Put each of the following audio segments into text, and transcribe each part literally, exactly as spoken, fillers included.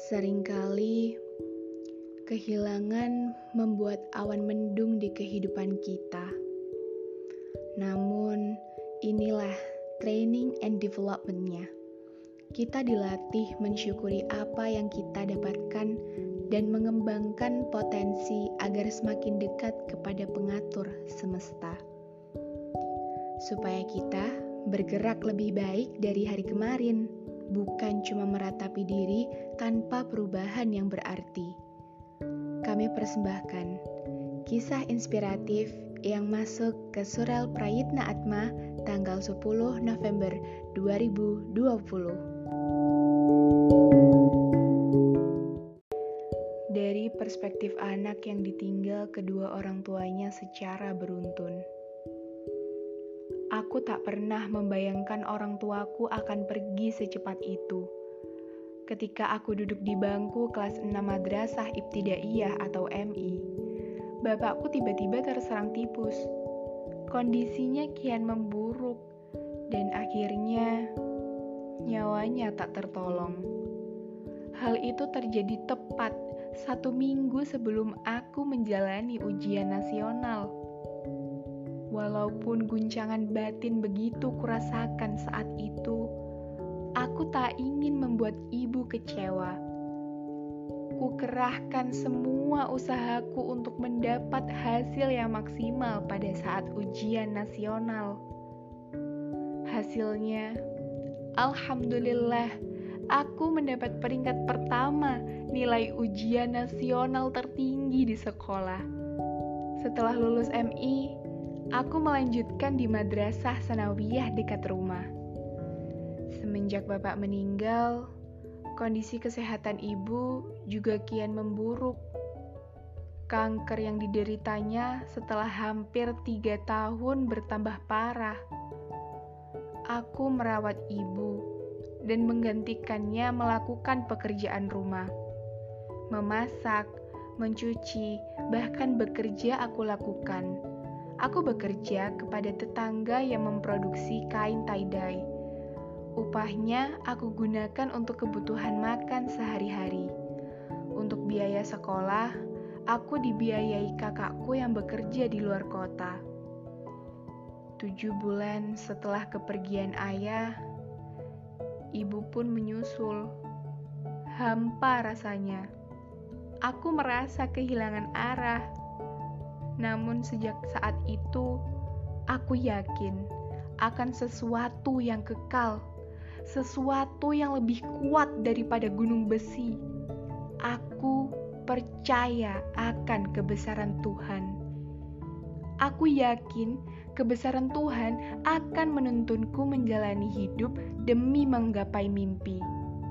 Seringkali kehilangan membuat awan mendung di kehidupan kita. Namun, inilah training and development-nya. Kita dilatih mensyukuri apa yang kita dapatkan dan mengembangkan potensi agar semakin dekat kepada pengatur semesta. Supaya kita bergerak lebih baik dari hari kemarin, bukan cuma meratapi diri tanpa perubahan yang berarti. Kami persembahkan kisah inspiratif yang masuk ke Surel Prayitna Atma tanggal sepuluh November dua ribu dua puluh. Dari perspektif anak yang ditinggal kedua orang tuanya secara beruntun. Aku tak pernah membayangkan orang tuaku akan pergi secepat itu. Ketika aku duduk di bangku kelas enam Madrasah Ibtidaiyah atau M I, bapakku tiba-tiba terserang tipus. Kondisinya kian memburuk dan akhirnya nyawanya tak tertolong. Hal itu terjadi tepat satu minggu sebelum aku menjalani ujian nasional. Walaupun guncangan batin begitu kurasakan saat itu, aku tak ingin membuat ibu kecewa. Kukerahkan semua usahaku untuk mendapat hasil yang maksimal pada saat ujian nasional. Hasilnya, alhamdulillah, aku mendapat peringkat pertama nilai ujian nasional tertinggi di sekolah. Setelah lulus M I, aku melanjutkan di madrasah sanawiyah dekat rumah. Semenjak bapak meninggal, kondisi kesehatan ibu juga kian memburuk. Kanker yang dideritanya setelah hampir tiga tahun bertambah parah. Aku merawat ibu dan menggantikannya melakukan pekerjaan rumah. Memasak, mencuci, bahkan bekerja aku lakukan. Aku bekerja kepada tetangga yang memproduksi kain tie-dye. Upahnya aku gunakan untuk kebutuhan makan sehari-hari. Untuk biaya sekolah, aku dibiayai kakakku yang bekerja di luar kota. Tujuh bulan setelah kepergian ayah, ibu pun menyusul. Hampa rasanya. Aku merasa kehilangan arah. Namun sejak saat itu, aku yakin akan sesuatu yang kekal, sesuatu yang lebih kuat daripada gunung besi. Aku percaya akan kebesaran Tuhan. Aku yakin kebesaran Tuhan akan menuntunku menjalani hidup demi menggapai mimpi.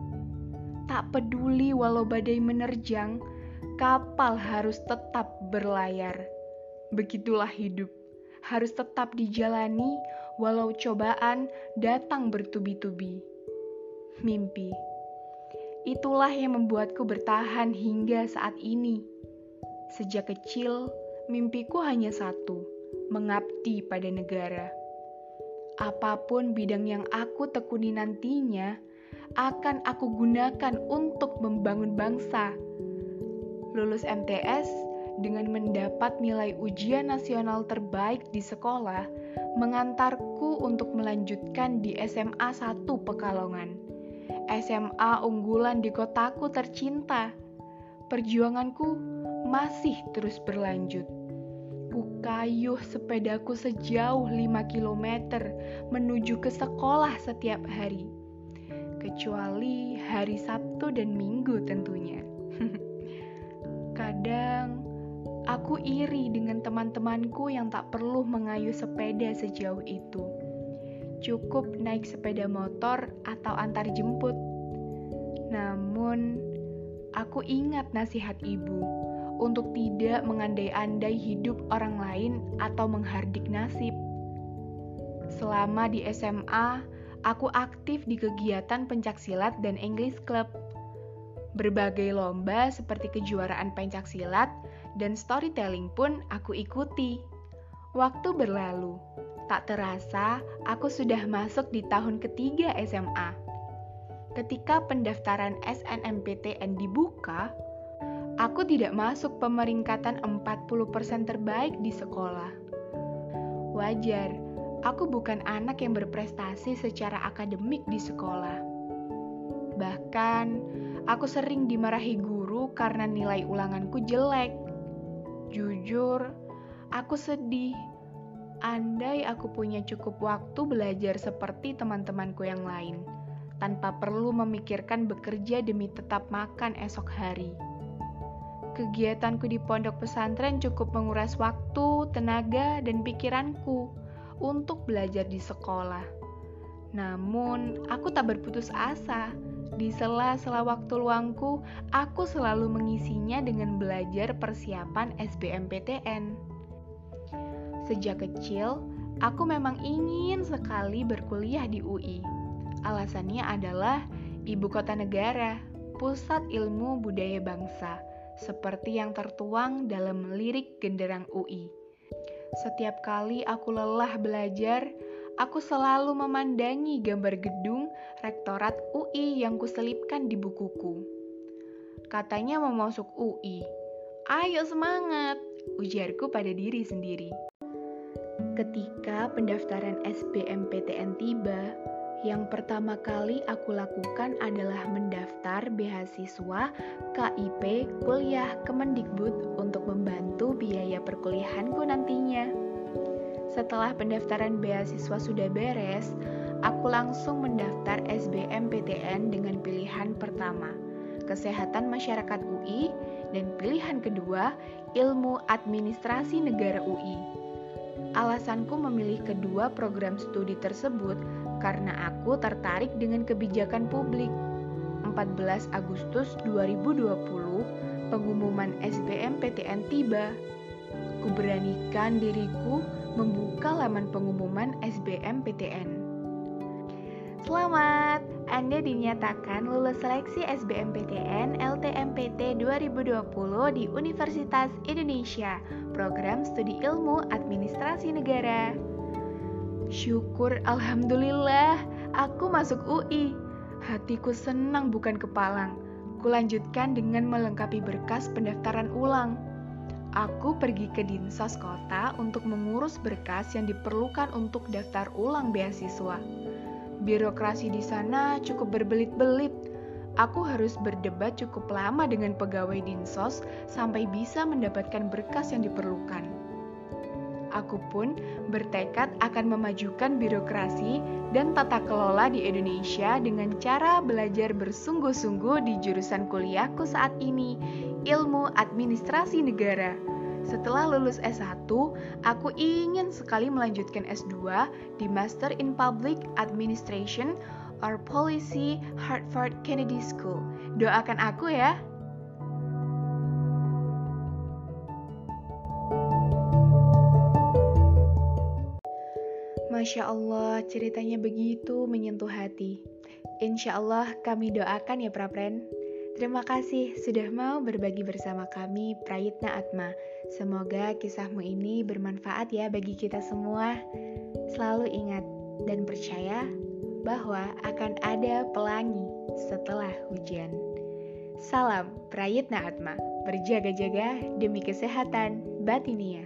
Tak peduli walau badai menerjang, kapal harus tetap berlayar. Begitulah hidup, harus tetap dijalani walau cobaan datang bertubi-tubi. Mimpi, itulah yang membuatku bertahan hingga saat ini. Sejak kecil, mimpiku hanya satu, mengabdi pada negara. Apapun bidang yang aku tekuni nantinya, akan aku gunakan untuk membangun bangsa. Lulus M T S dengan mendapat nilai ujian nasional terbaik di sekolah, mengantarku untuk melanjutkan di S M A satu Pekalongan. S M A unggulan di kotaku tercinta. Perjuanganku masih terus berlanjut. Kukayuh sepedaku sejauh lima kilometer menuju ke sekolah setiap hari. Kecuali hari Sabtu dan Minggu tentunya. Kadang aku iri dengan teman-temanku yang tak perlu mengayuh sepeda sejauh itu. Cukup naik sepeda motor atau antar jemput. Namun, aku ingat nasihat ibu untuk tidak mengandai-andai hidup orang lain atau menghardik nasib. Selama di S M A, aku aktif di kegiatan pencaksilat dan English Club. Berbagai lomba seperti kejuaraan pencaksilat dan storytelling pun aku ikuti. Waktu berlalu, tak terasa aku sudah masuk di tahun ketiga S M A. ketika pendaftaran S N M P T N dibuka, aku tidak masuk pemeringkatan empat puluh persen terbaik di sekolah. Wajar, aku bukan anak yang berprestasi secara akademik di sekolah. Bahkan, aku sering dimarahi guru karena nilai ulanganku jelek. Jujur, aku sedih. Andai aku punya cukup waktu belajar seperti teman-temanku yang lain, tanpa perlu memikirkan bekerja demi tetap makan esok hari. Kegiatanku di pondok pesantren cukup menguras waktu, tenaga, dan pikiranku untuk belajar di sekolah. Namun, aku tak berputus asa. Di sela-sela waktu luangku, aku selalu mengisinya dengan belajar persiapan S B M P T N. Sejak kecil, aku memang ingin sekali berkuliah di U I. Alasannya adalah ibu kota negara, pusat ilmu budaya bangsa, seperti yang tertuang dalam lirik genderang U I. Setiap kali aku lelah belajar, aku selalu memandangi gambar gedung rektorat U I yang kuselipkan di bukuku. Katanya mau masuk U I. Ayo semangat, ujarku pada diri sendiri. Ketika pendaftaran S B M P T N tiba, yang pertama kali aku lakukan adalah mendaftar beasiswa K I P Kuliah Kemendikbud untuk membantu biaya perkuliahanku nantinya. Setelah pendaftaran beasiswa sudah beres, aku langsung mendaftar S B M P T N dengan pilihan pertama, Kesehatan Masyarakat U I, dan pilihan kedua, Ilmu Administrasi Negara U I. Alasanku memilih kedua program studi tersebut karena aku tertarik dengan kebijakan publik. empat belas Agustus dua ribu dua puluh, pengumuman S B M P T N tiba. Kuberanikan diriku membuka laman pengumuman S B M P T N. Selamat, Anda dinyatakan lulus seleksi S B M P T N L T M P T dua ribu dua puluh di Universitas Indonesia, Program Studi Ilmu Administrasi Negara. Syukur, alhamdulillah, aku masuk U I. Hatiku senang bukan kepalang. Kulanjutkan dengan melengkapi berkas pendaftaran ulang. Aku pergi ke Dinsos Kota untuk mengurus berkas yang diperlukan untuk daftar ulang beasiswa. Birokrasi di sana cukup berbelit-belit. Aku harus berdebat cukup lama dengan pegawai Dinsos sampai bisa mendapatkan berkas yang diperlukan. Aku pun bertekad akan memajukan birokrasi dan tata kelola di Indonesia dengan cara belajar bersungguh-sungguh di jurusan kuliahku saat ini, Ilmu Administrasi Negara. Setelah lulus S satu, aku ingin sekali melanjutkan S dua di Master in Public Administration or Policy Harvard Kennedy School. Doakan aku ya. Masya Allah, ceritanya begitu menyentuh hati. Insya Allah kami doakan ya Prapren. Terima kasih sudah mau berbagi bersama kami, Prayitna Atma. Semoga kisahmu ini bermanfaat ya bagi kita semua. Selalu ingat dan percaya bahwa akan ada pelangi setelah hujan. Salam Prayitna Atma, berjaga-jaga demi kesehatan batinia.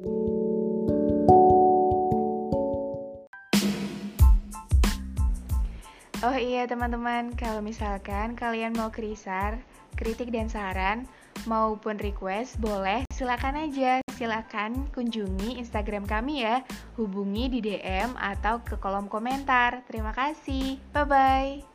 Oh iya teman-teman, kalau misalkan kalian mau krisar, kritik dan saran, maupun request, boleh silakan aja. Silakan kunjungi Instagram kami ya, hubungi di D M atau ke kolom komentar. Terima kasih, bye-bye.